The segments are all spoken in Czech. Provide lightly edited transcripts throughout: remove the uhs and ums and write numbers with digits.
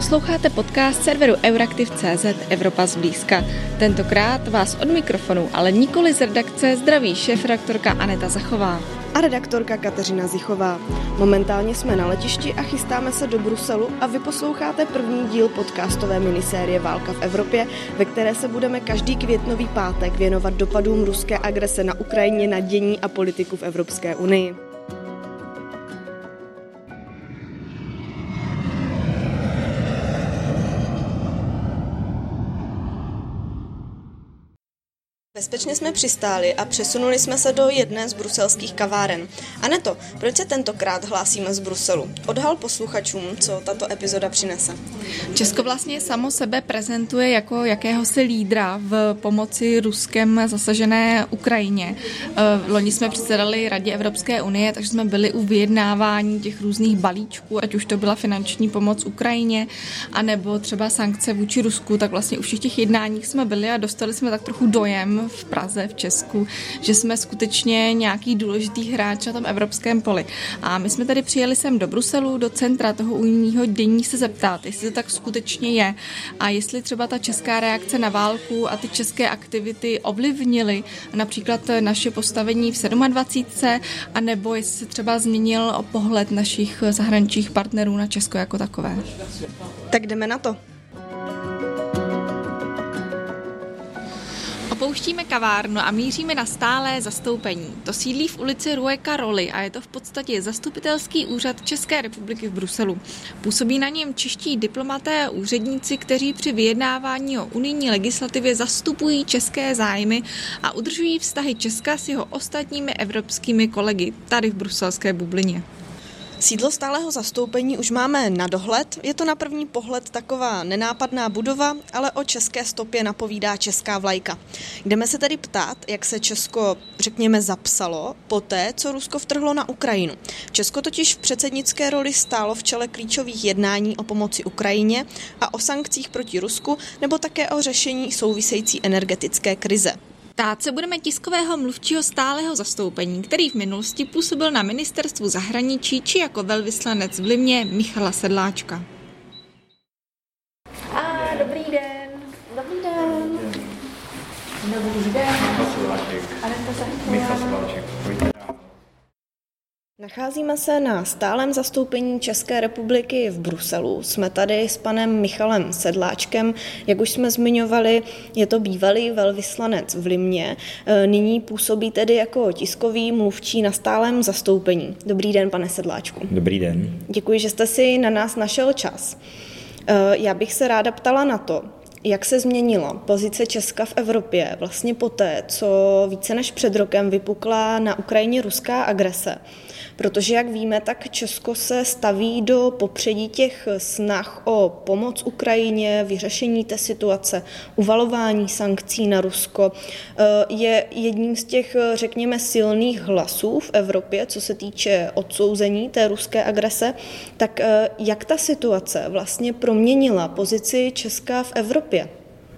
Posloucháte podcast serveru Euraktiv.cz Evropa zblízka. Tentokrát vás od mikrofonu, ale nikoli z redakce, zdraví šéfredaktorka Aneta Zachová a redaktorka Kateřina Zichová. Momentálně jsme na letišti a chystáme se do Bruselu a vy posloucháte první díl podcastové minisérie Válka v Evropě, ve které se budeme každý květnový pátek věnovat dopadům ruské agrese na Ukrajině na dění a politiku v Evropské unii. Bezpečně jsme přistáli a přesunuli jsme se do jedné z bruselských kaváren. Aneto, proč se tentokrát hlásíme z Bruselu? Odhal posluchačům, co tato epizoda přinese. Česko vlastně samo sebe prezentuje jako jakéhosi lídra v pomoci Ruskem zasažené Ukrajině. Loni jsme předsedali Radě Evropské unie, takže jsme byli u vyjednávání těch různých balíčků, ať už to byla finanční pomoc Ukrajině, anebo třeba sankce vůči Rusku, tak vlastně u všech těch jednáních jsme byli a dostali jsme tak trochu dojem v Praze, v Česku, že jsme skutečně nějaký důležitý hráč na tom evropském poli. A my jsme tady přijeli sem do Bruselu, do centra toho unijního dění se zeptat, jestli to tak skutečně je a jestli třeba ta česká reakce na válku a ty české aktivity ovlivnily například naše postavení v 27, anebo jestli se třeba změnil pohled našich zahraničních partnerů na Česko jako takové. Tak jdeme na to. Opouštíme kavárnu a míříme na stálé zastoupení. To sídlí v ulici Rue Caroly a je to v podstatě zastupitelský úřad České republiky v Bruselu. Působí na něm čeští diplomaté a úředníci, kteří při vyjednávání o unijní legislativě zastupují české zájmy a udržují vztahy Česka s jeho ostatními evropskými kolegy tady v bruselské bublině. Sídlo stálého zastoupení už máme na dohled. Je to na první pohled taková nenápadná budova, ale o české stopě napovídá česká vlajka. Jdeme se tedy ptát, jak se Česko, řekněme, zapsalo poté, co Rusko vtrhlo na Ukrajinu. Česko totiž v předsednické roli stálo v čele klíčových jednání o pomoci Ukrajině a o sankcích proti Rusku, nebo také o řešení související energetické krize. Ptát se budeme tiskového mluvčího stálého zastoupení, který v minulosti působil na ministerstvu zahraničí či jako velvyslanec v Limě Michala Sedláčka. Dobrý den. Dobrý den. Dobrý den. Michal Sedláček. Nacházíme se na stálém zastoupení České republiky v Bruselu. Jsme tady s panem Michalem Sedláčkem. Jak už jsme zmiňovali, je to bývalý velvyslanec v Limě. Nyní působí tedy jako tiskový mluvčí na stálém zastoupení. Dobrý den, pane Sedláčku. Dobrý den. Děkuji, že jste si na nás našel čas. Já bych se ráda ptala na to, jak se změnila pozice Česka v Evropě vlastně poté, co více než před rokem vypukla na Ukrajině ruská agrese. Protože, jak víme, tak Česko se staví do popředí těch snah o pomoc Ukrajině, vyřešení té situace, uvalování sankcí na Rusko. Je jedním z těch, řekněme, silných hlasů v Evropě, co se týče odsouzení té ruské agrese. Tak jak ta situace vlastně proměnila pozici Česka v Evropě?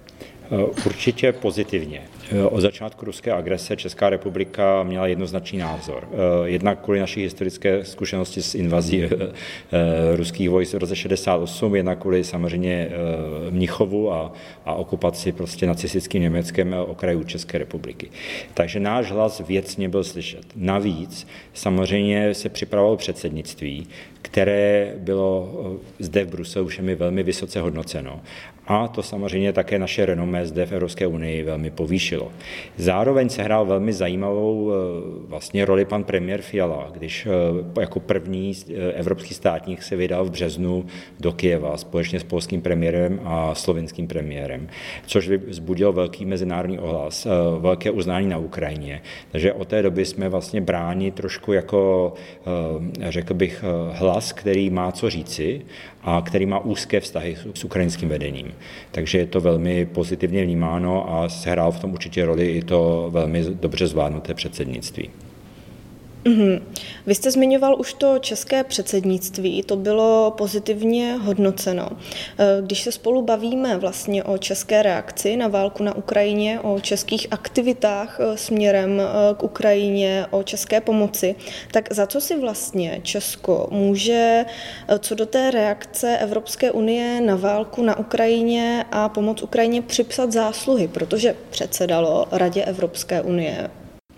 Určitě pozitivně. Od začátku ruské agrese Česká republika měla jednoznačný názor. Jednak kvůli naší historické zkušenosti s invazí ruských vojsk v roce 68, jednak kvůli samozřejmě Mnichovu a okupaci prostě nacistickým Německem okrajů České republiky. Takže náš hlas věcně byl slyšet. Navíc samozřejmě se připravovalo předsednictví, které bylo zde v Bruselu všemi velmi vysoce hodnoceno. A to samozřejmě také naše renomé zde v Evropské unii velmi povýšilo. Zároveň se hrál velmi zajímavou vlastně roli pan premiér Fiala, když jako první evropský státník se vydal v březnu do Kyjeva společně s polským premiérem a slovinským premiérem, což vzbudilo velký mezinárodní ohlas, velké uznání na Ukrajině. Takže od té doby jsme vlastně bráni trošku jako, řekl bych, hlas, který má co říci a který má úzké vztahy s ukrajinským vedením. Takže je to velmi pozitivně vnímáno a sehrál v tom určitě roli i to velmi dobře zvládnuté předsednictví. Vy jste zmiňoval už to české předsednictví, to bylo pozitivně hodnoceno. Když se spolu bavíme vlastně o české reakci na válku na Ukrajině, o českých aktivitách směrem k Ukrajině, o české pomoci, tak za co si vlastně Česko může co do té reakce Evropské unie na válku na Ukrajině a pomoc Ukrajině připsat zásluhy, protože předsedalo Radě Evropské unie?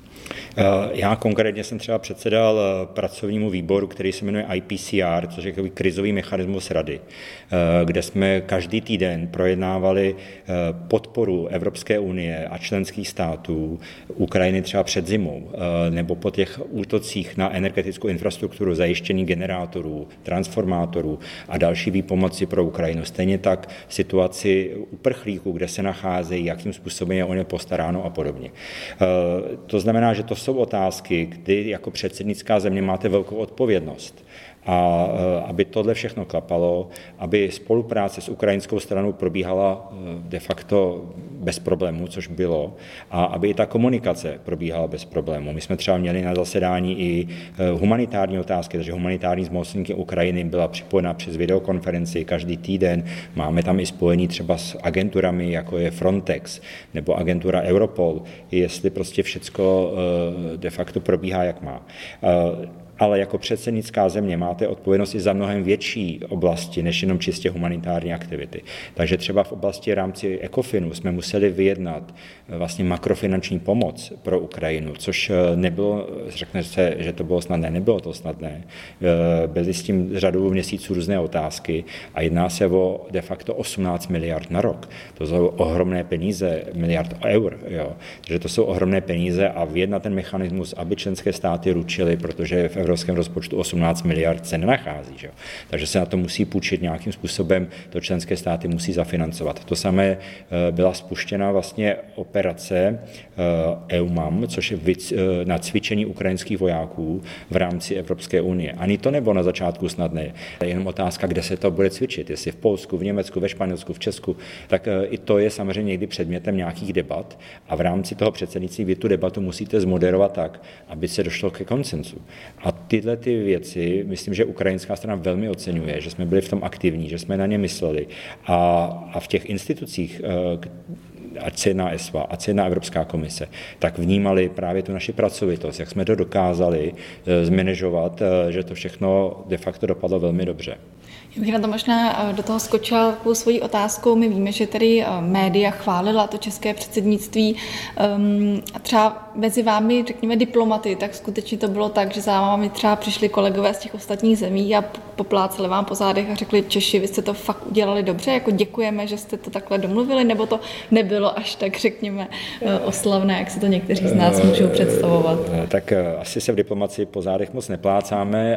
Já konkrétně jsem třeba předsedal pracovnímu výboru, který se jmenuje IPCR, což je takový krizový mechanismus rady, kde jsme každý týden projednávali podporu Evropské unie a členských států Ukrajiny třeba před zimou, nebo po těch útocích na energetickou infrastrukturu, zajištění generátorů, transformátorů a další výpomoci pro Ukrajinu. Stejně tak situaci uprchlíků, kde se nacházejí, jakým způsobem je o ně postaráno a podobně. To znamená, že to jsou otázky, kdy jako předsednická země máte velkou odpovědnost. A aby tohle všechno klapalo, aby spolupráce s ukrajinskou stranou probíhala de facto bez problémů, což bylo, a aby i ta komunikace probíhala bez problémů. My jsme třeba měli na zasedání i humanitární otázky, takže humanitární zmocněnky Ukrajiny byla připojena přes videokonferenci každý týden. Máme tam i spojení třeba s agenturami, jako je Frontex nebo agentura Europol, jestli prostě všecko de facto probíhá, jak má. Ale jako předsednická země máte odpovědnost i za mnohem větší oblasti, než jenom čistě humanitární aktivity. Takže třeba v oblasti rámci ECOFINu jsme museli vyjednat vlastně makrofinanční pomoc pro Ukrajinu, což nebylo, řekne se, že to bylo snadné, nebylo to snadné. Byly s tím řadou měsíců různé otázky a jedná se o de facto 18 miliard na rok. To jsou ohromné peníze, miliard eur. Jo. Takže to jsou ohromné peníze a vyjednat ten mechanismus, aby členské státy ručily, protože v evropském rozpočtu 18 miliard se nenachází. Že? Takže se na to musí půjčit nějakým způsobem, to členské státy musí zafinancovat. To samé byla spuštěna vlastně operace EUMAM, což je na cvičení ukrajinských vojáků v rámci Evropské unie. Ani to nebylo na začátku snadné. Je jenom otázka, kde se to bude cvičit. Jestli v Polsku, v Německu, ve Španělsku, v Česku, tak i to je samozřejmě někdy předmětem nějakých debat a v rámci toho předsednictví vy tu debatu musíte zmoderovat tak, aby se došlo ke konsenzu. A tyhle ty věci, myslím, že ukrajinská strana velmi oceňuje, že jsme byli v tom aktivní, že jsme na ně mysleli a v těch institucích, ať se jedná ESVA, ať se jedná Evropská komise, tak vnímali právě tu naši pracovitost, jak jsme to dokázali zmanéžovat, že to všechno de facto dopadlo velmi dobře. Já bych na to možná do toho skočila takovou svojí otázkou. My víme, že tady média chválila to české předsednictví a třeba mezi vámi, řekněme, diplomaty, tak skutečně to bylo tak, že za vámi třeba přišli kolegové z těch ostatních zemí a popláceli vám po zádech a řekli: Češi, vy jste to fakt udělali dobře, jako děkujeme, že jste to takhle domluvili, nebo to nebylo až tak, řekněme, oslavné, jak se to někteří z nás můžou představovat? Tak asi se v diplomacii po zádech moc neplácáme,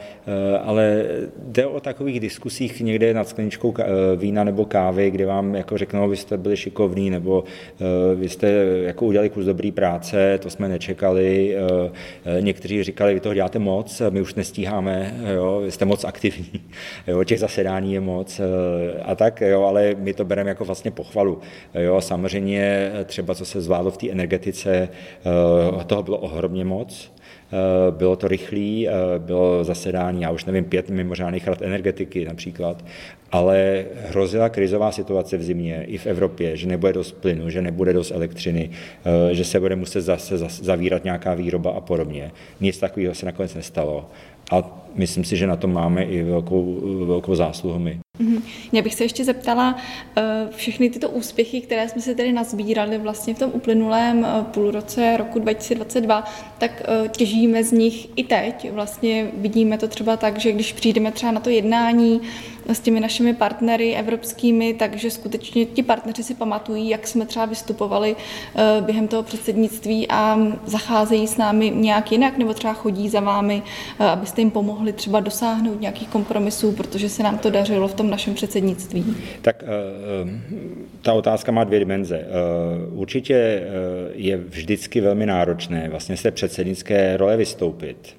ale jde o takových diskusích někde nad skleničkou vína nebo kávy, kde vám jako řeknou, vy jste byli šikovní, nebo vy jste jako udělali kus dobrý práce, to jsme nečekali. Někteří říkali, vy toho děláte moc, my už nestíháme, jo, vy jste moc aktivní, jo, těch zasedání je moc a tak, jo, ale my to bereme jako vlastně pochvalu. Jo, samozřejmě třeba, co se zvládlo v té energetice, toho bylo ohromně moc. Bylo to rychlé, bylo zasedání, já už nevím, 5 mimořádných rad energetiky například, ale hrozila krizová situace v zimě i v Evropě, že nebude dost plynu, že nebude dost elektřiny, že se bude muset zase zavírat nějaká výroba a podobně. Nic takového se nakonec nestalo. A myslím si, že na tom máme i velkou zásluhu my. Já bych se ještě zeptala, všechny tyto úspěchy, které jsme si tedy nazbírali vlastně v tom uplynulém půlroce roku 2022, tak těžíme z nich i teď. Vlastně vidíme to třeba tak, že když přijdeme třeba na to jednání s těmi našimi partnery evropskými, takže skutečně ti partneři si pamatují, jak jsme třeba vystupovali během toho předsednictví a zacházejí s námi nějak jinak, nebo třeba chodí za vámi, abyste jim pomohli třeba dosáhnout nějakých kompromisů, protože se nám to dařilo v tom našem předsednictví. Tak ta otázka má 2 dimenze. Určitě je vždycky velmi náročné vlastně z té předsednické role vystoupit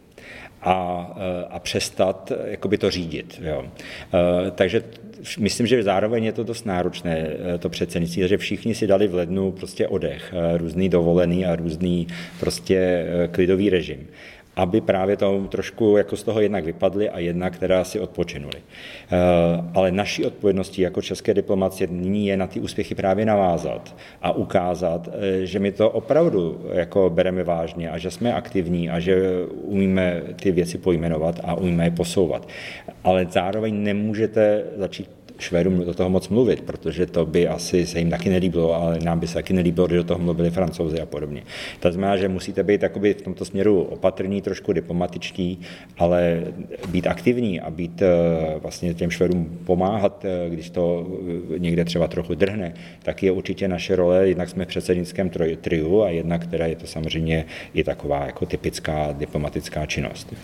a přestat jakoby to řídit. Jo. Takže myslím, že zároveň je to dost náročné, to předsednictví, že všichni si dali v lednu prostě oddech, různý dovolený a různý prostě klidový režim. aby právě to trošku jako z toho jednak vypadli a jednak teda si odpočinuli. Ale naší odpovědností jako české diplomacie nyní je na ty úspěchy právě navázat a ukázat, že my to opravdu jako bereme vážně a že jsme aktivní a že umíme ty věci pojmenovat a umíme je posouvat. Ale zároveň nemůžete začít Švédům do toho moc mluvit, protože to by asi se jim taky nelíbilo, ale nám by se taky nelíbilo, když do toho mluvili Francouzi a podobně. To znamená, že musíte být takoby v tomto směru opatrní, trošku diplomatičtí, ale být aktivní a být vlastně těm Švédům pomáhat, když to někde třeba trochu drhne, tak je určitě naše role, jednak jsme v předsednickém triu a jednak teda je to samozřejmě i taková jako typická diplomatická činnost.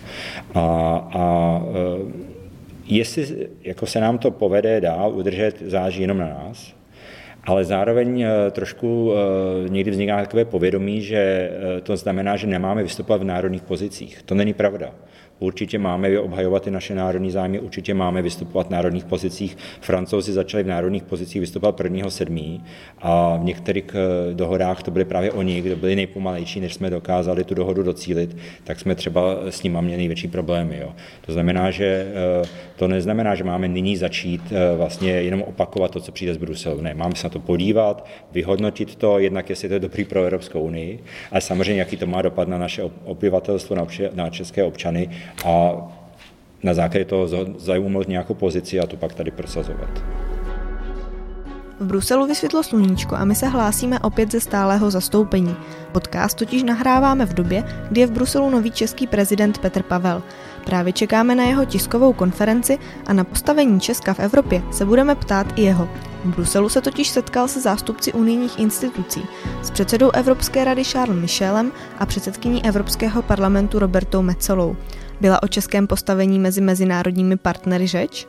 Jestli jako se nám to povede dál udržet, záleží jenom na nás, ale zároveň trošku někdy vzniká takové povědomí, že to znamená, že nemáme vystupovat v národních pozicích. To není pravda. Určitě máme obhajovat i naše národní zájmy, určitě máme vystupovat v národních pozicích. Francouzi začali v národních pozicích vystupovat 1.7. a v některých dohodách to byly právě oni, kdo byli nejpomalejší, než jsme dokázali tu dohodu docílit, tak jsme třeba s nimi měli největší problémy. Jo. To znamená, že to neznamená, že máme nyní začít vlastně jenom opakovat to, co přijde z Bruselu. Ne, máme se na to podívat, vyhodnotit to, jednak jestli to je dobrý pro Evropskou unii, ale samozřejmě, jaký to má dopad na naše obyvatelstvo, na české občany, a na základě toho zaujmout nějakou pozici a tu pak tady prosazovat. V Bruselu vysvětlo sluníčko a my se hlásíme opět ze stálého zastoupení. Podcast totiž nahráváme v době, kdy je v Bruselu nový český prezident Petr Pavel. Právě čekáme na jeho tiskovou konferenci a na postavení Česka v Evropě se budeme ptát i jeho. V Bruselu se totiž setkal se zástupci unijních institucí, s předsedou Evropské rady Charlesem Michelem a předsedkyní Evropského parlamentu Robertou Metsolou. Byla o českém postavení mezi mezinárodními partnery řeč?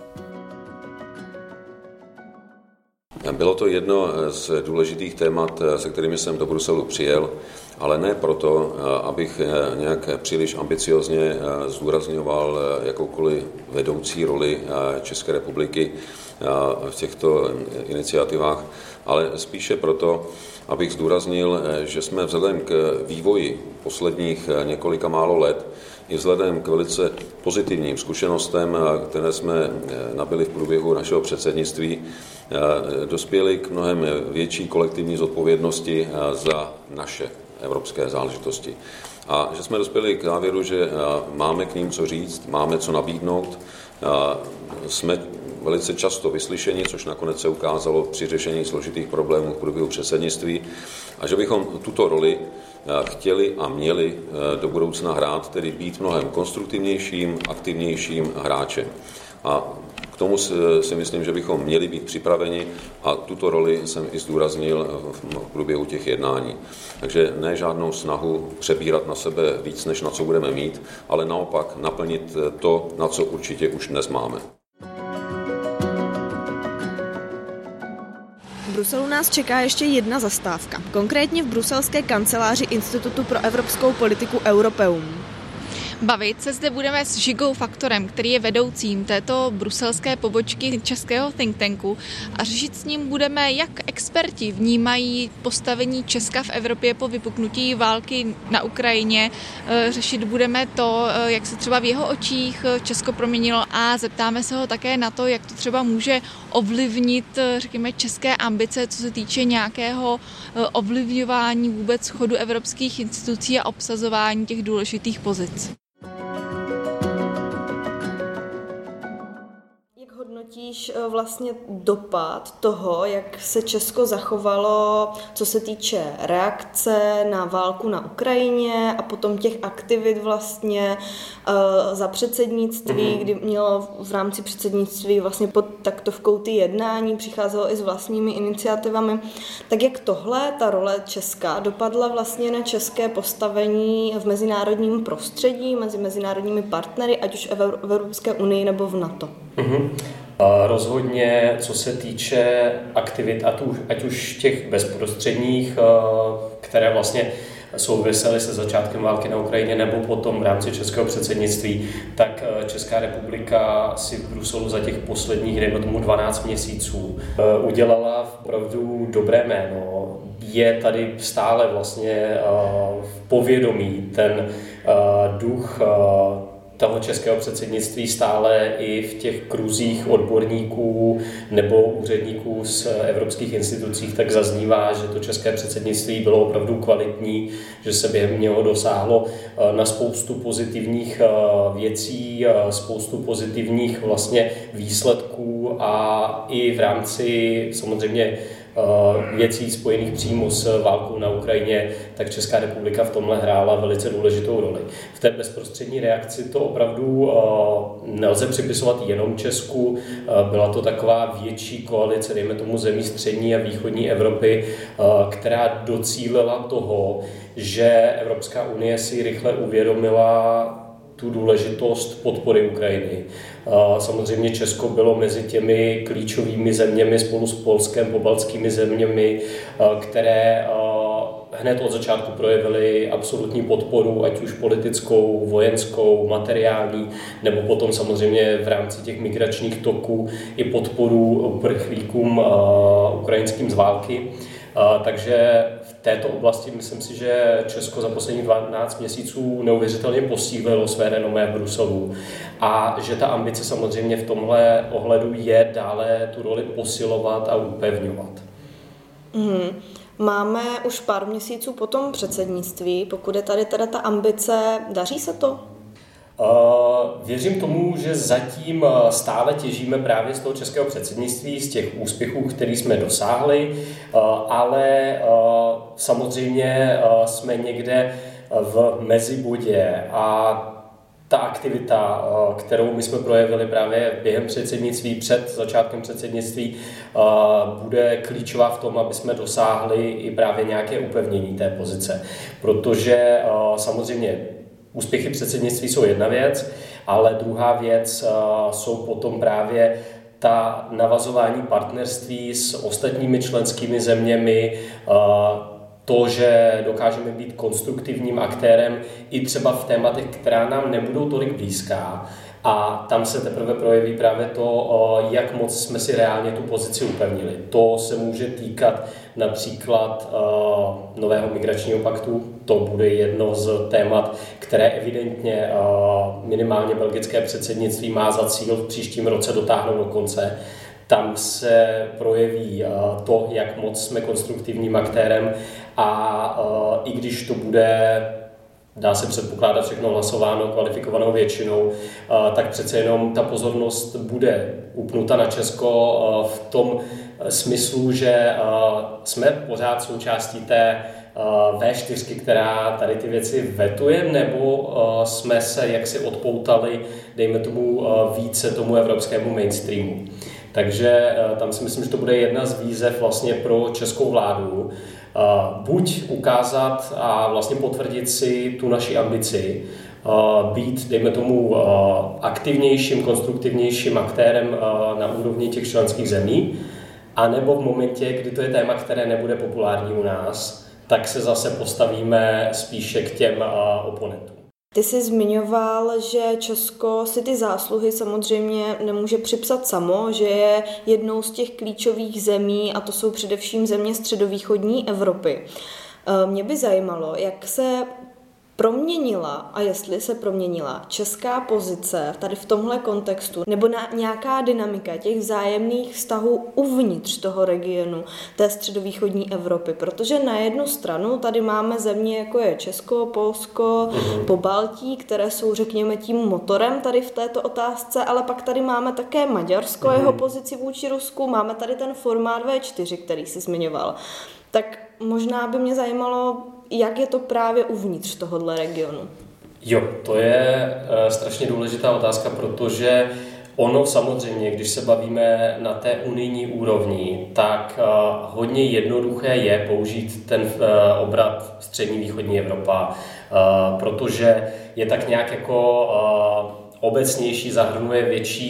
Bylo to jedno z důležitých témat, se kterými jsem do Bruselu přijel, ale ne proto, abych nějak příliš ambiciozně zdůrazňoval jakoukoliv vedoucí roli České republiky v těchto iniciativách, ale spíše proto, abych zdůraznil, že jsme vzhledem k vývoji posledních několika málo let i vzhledem k velice pozitivním zkušenostem, které jsme nabyli v průběhu našeho předsednictví, dospěli k mnohem větší kolektivní zodpovědnosti za naše evropské záležitosti. A že jsme dospěli k závěru, že máme k ním co říct, máme co nabídnout, jsme velice často vyslyšeni, což nakonec se ukázalo při řešení složitých problémů v průběhu předsednictví, a že bychom tuto roli chtěli a měli do budoucna hrát, tedy být mnohem konstruktivnějším, aktivnějším hráčem. A k tomu si myslím, že bychom měli být připraveni a tuto roli jsem i zdůraznil v průběhu těch jednání. Takže ne žádnou snahu přebírat na sebe víc, než na co budeme mít, ale naopak naplnit to, na co určitě už dnes máme. V Bruselu nás čeká ještě jedna zastávka, konkrétně v bruselské kanceláři Institutu pro evropskou politiku Europeum. Bavit se zde budeme s Žigou Faktorem, který je vedoucím této bruselské pobočky českého think tanku, a řešit s ním budeme, jak experti vnímají postavení Česka v Evropě po vypuknutí války na Ukrajině. Řešit budeme to, jak se třeba v jeho očích Česko proměnilo, a zeptáme se ho také na to, jak to třeba může ovlivnit, řekněme, české ambice, co se týče nějakého ovlivňování vůbec chodu evropských institucí a obsazování těch důležitých pozic. Hodnotíš vlastně dopad toho, jak se Česko zachovalo, co se týče reakce na válku na Ukrajině a potom těch aktivit vlastně za předsednictví, kdy mělo v rámci předsednictví vlastně pod taktovkou ty jednání, přicházelo i s vlastními iniciativami. Tak jak tohle, ta role Česka, dopadla vlastně na české postavení v mezinárodním prostředí, mezi mezinárodními partnery, ať už v Evropské unii nebo v NATO? Rozhodně, co se týče aktivit, ať už těch bezprostředních, které vlastně souvisely se začátkem války na Ukrajině nebo potom v rámci českého předsednictví, tak Česká republika si v Bruselu za těch posledních, dejme tomu 12 měsíců, udělala opravdu dobré jméno. je tady stále vlastně v povědomí ten duch toho českého předsednictví stále i v těch kruzích odborníků nebo úředníků z evropských institucích, tak zaznívá, že to české předsednictví bylo opravdu kvalitní, že se během něho dosáhlo na spoustu pozitivních věcí, spoustu pozitivních vlastně výsledků a i v rámci samozřejmě věcí spojených přímo s válkou na Ukrajině, tak Česká republika v tomhle hrála velice důležitou roli. V té bezprostřední reakci to opravdu nelze připisovat jenom Česku, byla to taková větší koalice, dejme tomu zemí střední a východní Evropy, která docílila toho, že Evropská unie si rychle uvědomila tu důležitost podpory Ukrajiny. Samozřejmě Česko bylo mezi těmi klíčovými zeměmi spolu s Polskem, pobaltskými zeměmi, které hned od začátku projevily absolutní podporu, ať už politickou, vojenskou, materiální, nebo potom samozřejmě v rámci těch migračních toků i podporu uprchlíkům ukrajinským z války. Takže v této oblasti myslím si, že Česko za posledních 12 měsíců neuvěřitelně posílilo své renomé v Bruselu a že ta ambice samozřejmě v tomhle ohledu je dále tu roli posilovat a upevňovat. Máme už pár měsíců po tom předsednictví, pokud je tady teda ta ambice, daří se to? Věřím tomu, že zatím stále těžíme právě z toho českého předsednictví, z těch úspěchů, který jsme dosáhli, ale samozřejmě jsme někde v mezibodě a ta aktivita, kterou my jsme projevili právě během předsednictví, před začátkem předsednictví, bude klíčová v tom, aby jsme dosáhli i právě nějaké upevnění té pozice. Protože samozřejmě úspěchy předsednictví jsou jedna věc, ale druhá věc jsou potom právě ta navazování partnerství s ostatními členskými zeměmi, to, že dokážeme být konstruktivním aktérem i třeba v tématech, která nám nebudou tolik blízká. A tam se teprve projeví právě to, jak moc jsme si reálně tu pozici upevnili. To se může týkat například nového migračního paktu. To bude jedno z témat, které evidentně minimálně belgické předsednictví má za cíl v příštím roce dotáhnout do konce. Tam se projeví to, jak moc jsme konstruktivním aktérem a i když to bude, dá se předpokládat, všechno hlasováno kvalifikovanou většinou, tak přece jenom ta pozornost bude upnuta na Česko v tom smyslu, že jsme pořád součástí té V4, která tady ty věci vetuje, nebo jsme se jaksi odpoutali, dejme tomu, více tomu evropskému mainstreamu. Takže tam si myslím, že to bude jedna z výzev vlastně pro českou vládu. Buď ukázat a vlastně potvrdit si tu naši ambici, být, dejme tomu, aktivnějším, konstruktivnějším aktérem na úrovni těch členských zemí, anebo v momentě, kdy to je téma, které nebude populární u nás, tak se zase postavíme spíše k těm oponentům. Ty jsi zmiňoval, že Česko si ty zásluhy samozřejmě nemůže připsat samo, že je jednou z těch klíčových zemí, a to jsou především země středovýchodní Evropy. Mě by zajímalo, jak se proměnila a jestli se proměnila česká pozice tady v tomhle kontextu nebo nějaká dynamika těch vzájemných vztahů uvnitř toho regionu té středovýchodní Evropy, protože na jednu stranu tady máme země jako je Česko, Polsko, Pobaltí, které jsou řekněme tím motorem tady v této otázce, ale pak tady máme také Maďarsko, jeho pozici vůči Rusku, máme tady ten formát V4, který jsi zmiňoval. Tak možná by mě zajímalo, jak je to právě uvnitř tohohle regionu. Jo, to je strašně důležitá otázka, protože ono samozřejmě, když se bavíme na té unijní úrovni, tak hodně jednoduché je použít ten obrat střední východní Evropa, protože je tak nějak jako obecnější, zahrnuje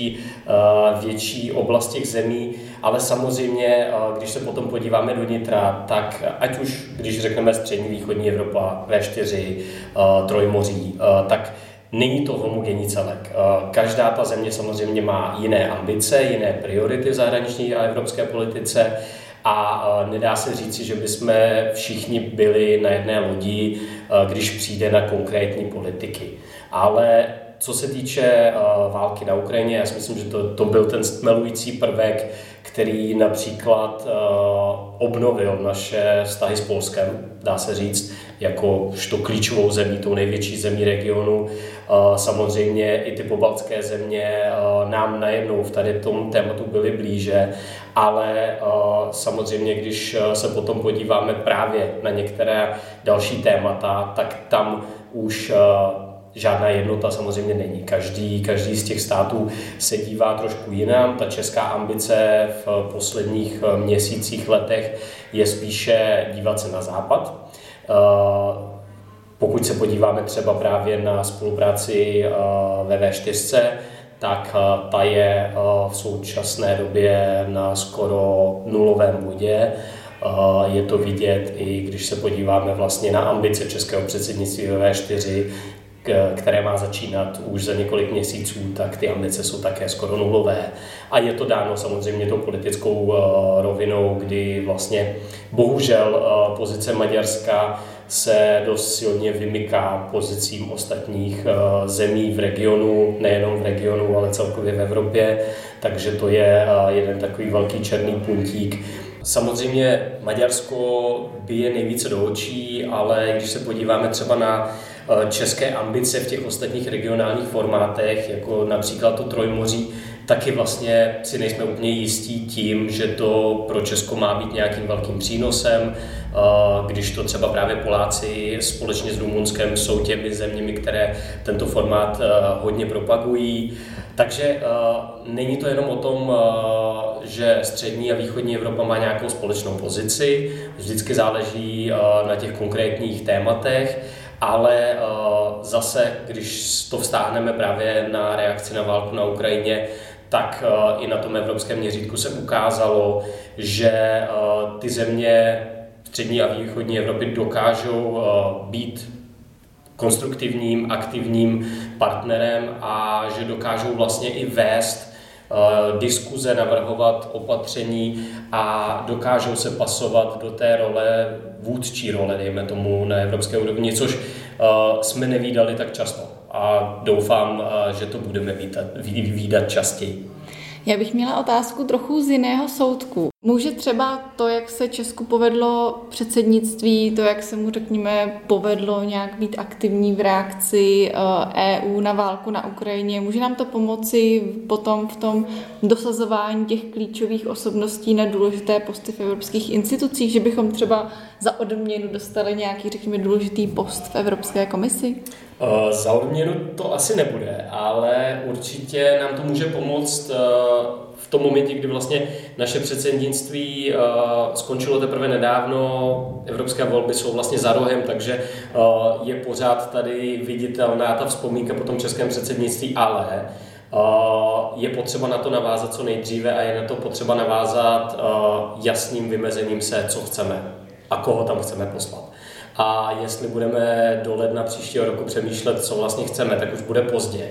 větší oblast těch zemí, ale samozřejmě, když se potom podíváme do nitra, tak ať už, když řekneme střední východní Evropa, V4, Trojmoří, tak není to homogenní celek. Každá ta země samozřejmě má jiné ambice, jiné priority v zahraniční a evropské politice a nedá se říci, že bychom všichni byli na jedné lodi, když přijde na konkrétní politiky. Ale co se týče války na Ukrajině, já si myslím, že to byl ten stmelující prvek, který například obnovil naše vztahy s Polskem, dá se říct, jakožto klíčovou zemí, tou největší zemí regionu. Samozřejmě i ty pobaltské země nám najednou v tady tom tématu byly blíže, ale samozřejmě, když se potom podíváme právě na některé další témata, tak tam už žádná jednota samozřejmě není. Každý z těch států se dívá trošku jinam. Ta česká ambice v posledních měsících, letech je spíše dívat se na západ. Pokud se podíváme třeba právě na spolupráci ve V4, tak ta je v současné době na skoro nulovém bodě. Je to vidět i když se podíváme vlastně na ambice českého předsednictví ve V4, které má začínat už za několik měsíců, tak ty ambice jsou také skoro nulové. A je to dáno samozřejmě tou politickou rovinou, kdy vlastně bohužel pozice Maďarska se dost silně vymyká pozicím ostatních zemí v regionu, nejenom v regionu, ale celkově v Evropě. Takže to je jeden takový velký černý puntík. Samozřejmě Maďarsko bije nejvíce do očí, ale když se podíváme třeba na české ambice v těch ostatních regionálních formátech, jako například to Trojmoří, taky vlastně si nejsme úplně jistí tím, že to pro Česko má být nějakým velkým přínosem, když to třeba právě Poláci společně s Rumunskem jsou těmi zeměmi, které tento formát hodně propagují. Takže není to jenom o tom, že střední a východní Evropa má nějakou společnou pozici, vždycky záleží na těch konkrétních tématech, ale zase, když to vztáhneme právě na reakci na válku na Ukrajině, tak i na tom evropském měřítku se ukázalo, že ty země střední a východní Evropy dokážou být konstruktivním, aktivním partnerem a že dokážou vlastně i vést diskuze, navrhovat opatření a dokážou se pasovat do té role, vůdčí role, dejme tomu, na evropské úrovni, což jsme nevídali tak často. A doufám, že to budeme vídat častěji. Já bych měla otázku trochu z jiného soudku. Může třeba to, jak se Česku povedlo předsednictví, to, jak se mu, řekněme, povedlo nějak být aktivní v reakci EU na válku na Ukrajině, může nám to pomoci potom v tom dosazování těch klíčových osobností na důležité posty v evropských institucích, že bychom třeba za odměnu dostali nějaký, řekněme, důležitý post v Evropské komisi? Za odměnu to asi nebude, ale určitě nám to může pomoct v tom momentě, kdy vlastně naše předsednictví skončilo teprve nedávno, evropské volby jsou vlastně za rohem, takže je pořád tady viditelná ta vzpomínka po tom českém předsednictví, ale je potřeba na to navázat co nejdříve a je na to potřeba navázat jasným vymezením se, co chceme a koho tam chceme poslat. A jestli budeme do ledna příštího roku přemýšlet, co vlastně chceme, tak už bude pozdě.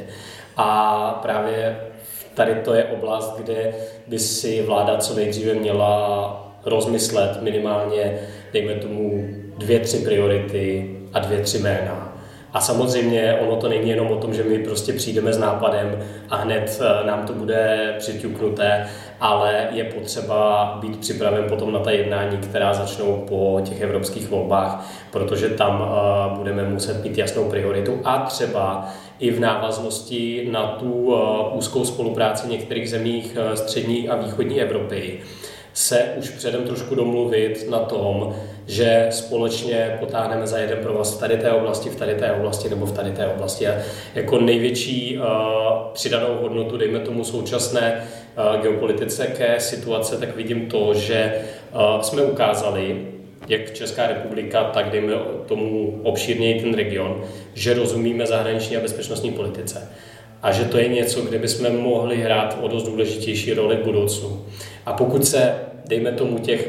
A právě tady to je oblast, kde by si vláda co nejdříve měla rozmyslet minimálně, dejme tomu, 2-3 priority a 2-3 jména. A samozřejmě ono to není jenom o tom, že my prostě přijdeme s nápadem a hned nám to bude přiťuknuté, ale je potřeba být připraven potom na ta jednání, která začnou po těch evropských volbách, protože tam budeme muset mít jasnou prioritu a třeba i v návaznosti na tu úzkou spolupráci některých zemích střední a východní Evropy se už předem trošku domluvit na tom, že společně potáhneme za jeden provaz v tady té oblasti nebo v tady té oblasti. A jako největší přidanou hodnotu, dejme tomu současné geopolitické situace, tak vidím to, že jsme ukázali, jak Česká republika, tak dejme tomu obšírněji ten region, že rozumíme zahraniční a bezpečnostní politice. A že to je něco, kde bychom mohli hrát o dost důležitější roli v budoucnu. A pokud se, dejme tomu, těch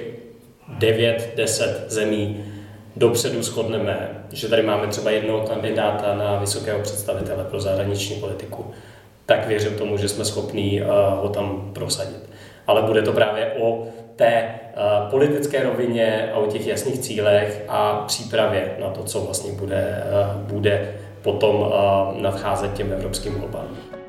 9-10 zemí dopředu shodneme, že tady máme třeba jednoho kandidáta na vysokého představitele pro zahraniční politiku, tak věřím tomu, že jsme schopní ho tam prosadit. Ale bude to právě o té politické rovině a o těch jasných cílech a přípravě na to, co vlastně bude potom nadcházet těm evropským volbám.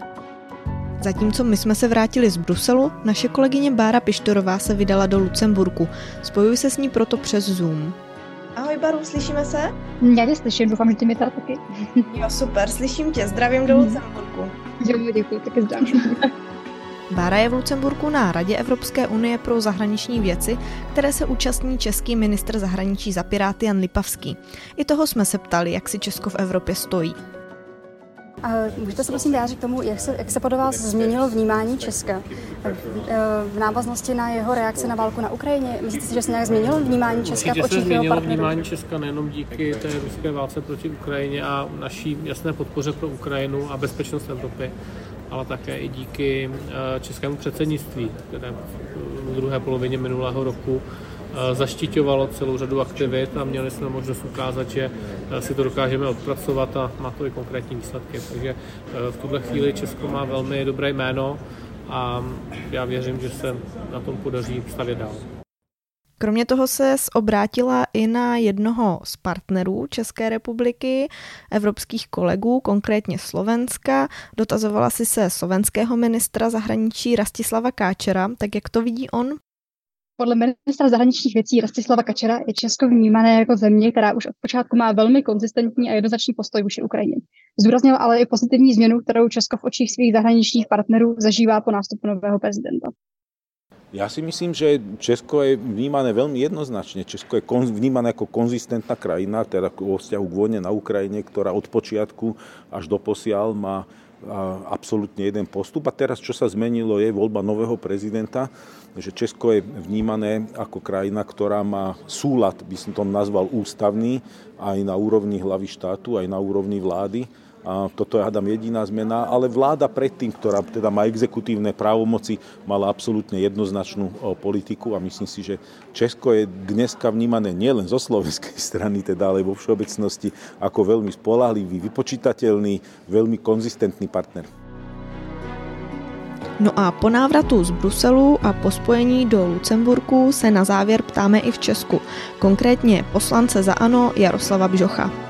Zatímco my jsme se vrátili z Bruselu, naše kolegyně Bára Pištorová se vydala do Lucemburku. Spojuji se s ní proto přes Zoom. Ahoj Baru, slyšíme se? Já tě slyším, doufám, že ty mě teda taky. Jo, super, slyším tě, zdravím do Lucemburku. Jo, děkuji, taky zdravím. Bára je v Lucemburku na Radě Evropské unie pro zahraniční věci, které se účastní český ministr zahraničí za Piráty Jan Lipavský. I toho jsme se ptali, jak si Česko v Evropě stojí. Můžete se prosím vyjádřit k tomu, jak se podle vás změnilo vnímání Česka v návaznosti na jeho reakci na válku na Ukrajině? Myslíte si, že se nějak změnilo vnímání Česka v očích jeho partnerů? Změnilo vnímání Česka nejenom díky té ruské válce proti Ukrajině a naší jasné podpoře pro Ukrajinu a bezpečnost Evropy, ale také i díky českému předsednictví, které v druhé polovině minulého roku zaštiťovalo celou řadu aktivit a měli jsme možnost ukázat, že si to dokážeme odpracovat a má to i konkrétní výsledky. Takže v tuhle chvíli Česko má velmi dobré jméno a já věřím, že se na tom podaří stavět dál. Kromě toho se obrátila i na jednoho z partnerů České republiky, evropských kolegů, konkrétně Slovenska. Dotazovala si se slovenského ministra zahraničí Rastislava Káčera, tak jak to vidí on? Podle ministra zahraničních věcí Rastislava Káčera je Česko vnímané jako země, která už od počátku má velmi konzistentní a jednoznačný postoj vůči Ukrajině. Zdůraznil ale i pozitivní změnu, kterou Česko v očích svých zahraničních partnerů zažívá po nástupu nového prezidenta. Ja si myslím, že Česko je vnímané veľmi jednoznačne. Česko je vnímané ako konzistentná krajina, teda vo vzťahu k vojne na Ukrajine, ktorá od počiatku až do posiaľ má absolútne jeden postup. A teraz, čo sa zmenilo, je voľba nového prezidenta, že Česko je vnímané ako krajina, ktorá má súlad, by som to nazval, ústavný, aj na úrovni hlavy štátu, aj na úrovni vlády. A toto je, hádam, jediná zmena, ale vláda predtým, ktorá teda má exekutívne právomoci, mala absolútne jednoznačnú politiku a myslím si, že Česko je dneska vnímané nielen zo slovenskej strany, teda, ale vo všeobecnosti ako veľmi spoľahlivý, vypočítateľný, veľmi konzistentný partner. No a po návratu z Bruselu a po spojení do Lucemburku se na závěr ptáme i v Česku, konkrétně poslance za ANO Jaroslava Bžocha.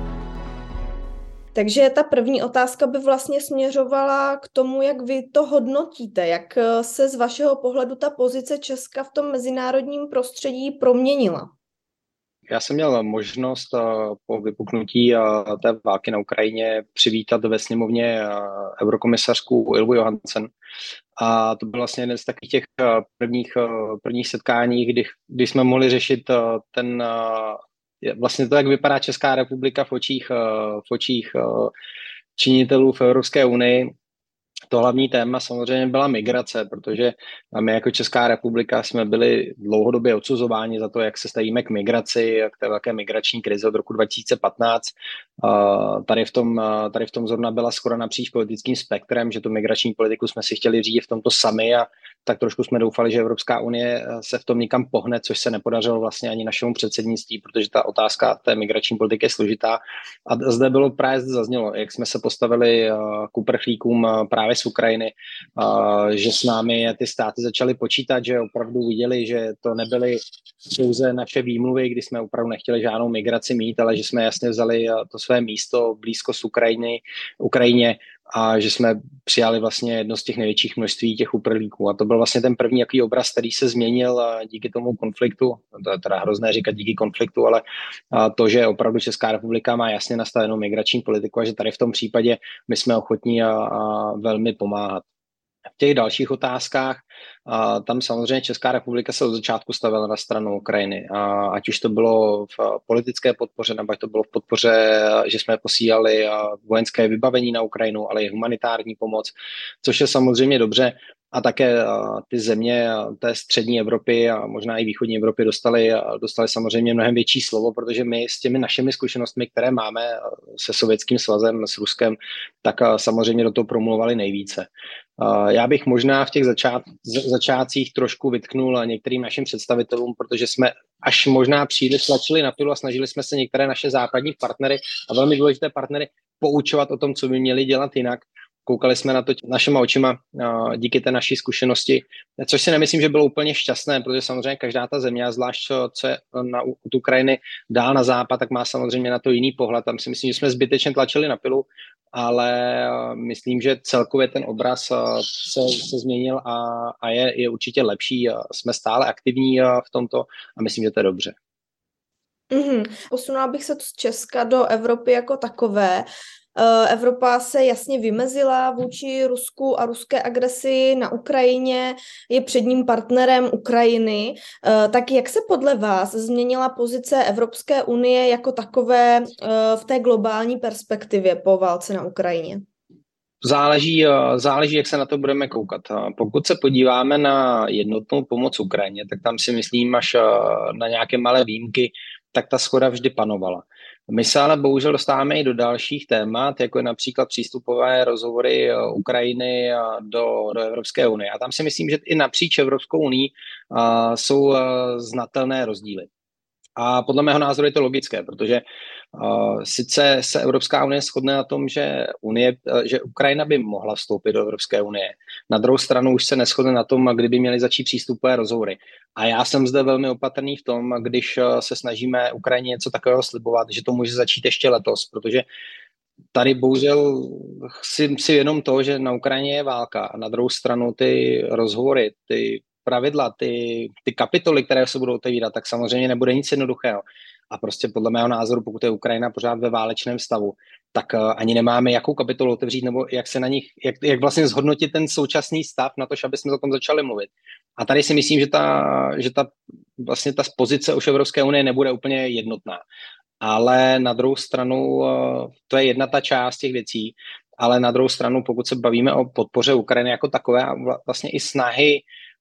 Takže ta první otázka by vlastně směřovala k tomu, jak vy to hodnotíte, jak se z vašeho pohledu ta pozice Česka v tom mezinárodním prostředí proměnila. Já jsem měl možnost po vypuknutí té války na Ukrajině přivítat ve sněmovně eurokomisařku Ylvu Johansson. A to byl vlastně jeden z takových těch prvních setkání, kdy jsme mohli řešit vlastně to, jak vypadá Česká republika v očích činitelů v Evropské unii. To hlavní téma samozřejmě byla migrace, protože my jako Česká republika jsme byli dlouhodobě odsuzováni za to, jak se stavíme k migraci, k té velké migrační krizi od roku 2015. Tady v tom zrovna byla skoro napříč politickým spektrem, že tu migrační politiku jsme si chtěli řídit v tomto sami a tak trošku jsme doufali, že Evropská unie se v tom někam pohne, což se nepodařilo vlastně ani našemu předsednictví, protože ta otázka té migrační politiky je složitá. A zde zaznělo, jak jsme se postavili k uprchlíkům právě z Ukrajiny, že s námi ty státy začaly počítat, že opravdu viděli, že to nebyly pouze naše výmluvy, kdy jsme opravdu nechtěli žádnou migraci mít, ale že jsme jasně vzali to své místo blízko z Ukrajině a že jsme přijali vlastně jedno z těch největších množství těch uprchlíků. A to byl vlastně ten první jaký obraz, který se změnil díky tomu konfliktu. To je teda hrozné říkat díky konfliktu, ale to, že opravdu Česká republika má jasně nastavenou migrační politiku a že tady v tom případě my jsme ochotní a velmi pomáhat. V těch dalších otázkách, tam samozřejmě Česká republika se od začátku stavila na stranu Ukrajiny. Ať už to bylo v politické podpoře, nebo ať to bylo v podpoře, že jsme posílali vojenské vybavení na Ukrajinu, ale i humanitární pomoc, což je samozřejmě dobře. A také ty země té střední Evropy a možná i východní Evropy dostali samozřejmě mnohem větší slovo, protože my s těmi našimi zkušenostmi, které máme se Sovětským svazem, s Ruskem, tak samozřejmě do toho promluvali nejvíce. Já bych možná v těch začátcích trošku vytknul některým našim představitelům, protože jsme až možná příliš tlačili na pilu a snažili jsme se některé naše západní partnery a velmi důležité partnery poučovat o tom, co by měli dělat jinak. Koukali jsme na to našima očima díky té naší zkušenosti, což si nemyslím, že bylo úplně šťastné, protože samozřejmě každá ta země, a zvlášť co je od Ukrajiny dál na západ, tak má samozřejmě na to jiný pohled. Tam si myslím, že jsme zbytečně tlačili na pilu, ale myslím, že celkově ten obraz se změnil a je určitě lepší. Jsme stále aktivní v tomto a myslím, že to je dobře. Posunula bych se z Česka do Evropy jako takové. Evropa se jasně vymezila vůči Rusku a ruské agresi na Ukrajině, je předním partnerem Ukrajiny. Tak jak se podle vás změnila pozice Evropské unie jako takové v té globální perspektivě po válce na Ukrajině? Záleží, jak se na to budeme koukat. Pokud se podíváme na jednotnou pomoc Ukrajině, tak tam si myslím, až na nějaké malé výjimky, tak ta shoda vždy panovala. My se ale bohužel dostáváme i do dalších témat, jako je například přístupové rozhovory Ukrajiny do Evropské unie. A tam si myslím, že i napříč Evropskou unii jsou znatelné rozdíly. A podle mého názoru je to logické, protože sice se Evropská unie shodne na tom, že Ukrajina by mohla vstoupit do Evropské unie. Na druhou stranu už se neshodne na tom, kdyby měly začít přístupové rozhovory. A já jsem zde velmi opatrný v tom, když se snažíme Ukrajině něco takového slibovat, že to může začít ještě letos, protože tady bohužel si jenom to, že na Ukrajině je válka a na druhou stranu ty rozhovory, ty pravidla, ty kapitoly, které se budou otevírat, tak samozřejmě nebude nic jednoduchého. A prostě podle mého názoru, pokud je Ukrajina pořád ve válečném stavu, tak ani nemáme jakou kapitolu otevřít, nebo jak se na nich, jak vlastně zhodnotit ten současný stav na to, aby jsme o tom začali mluvit. A tady si myslím, že ta pozice už Evropské unie nebude úplně jednotná. Ale na druhou stranu, to je jedna ta část těch věcí, ale na druhou stranu, pokud se bavíme o podpoře Ukrajiny jako takové a vlastně i snahy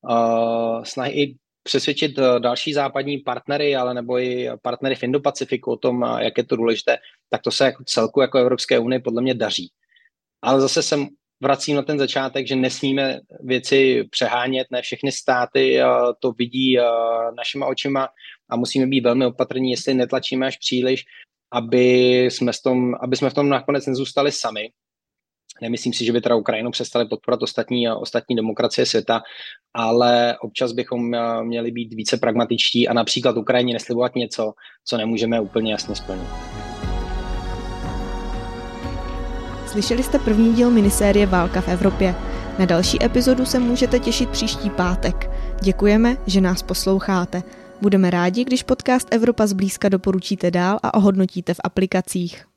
i přesvědčit další západní partnery, ale nebo i partnery v Indo-Pacifiku o tom, jak je to důležité, tak to se jako celku jako Evropské unie podle mě daří. Ale zase se vracím na ten začátek, že nesmíme věci přehánět, ne všechny státy to vidí našima očima a musíme být velmi opatrní, jestli netlačíme až příliš, aby jsme v tom nakonec nezůstali sami. Nemyslím si, že by teda Ukrajinu přestali podporovat ostatní demokracie světa, ale občas bychom měli být více pragmatičtí a například Ukrajině neslibovat něco, co nemůžeme úplně jasně splnit. Slyšeli jste první díl minisérie Válka v Evropě. Na další epizodu se můžete těšit příští pátek. Děkujeme, že nás posloucháte. Budeme rádi, když podcast Evropa zblízka doporučíte dál a ohodnotíte v aplikacích.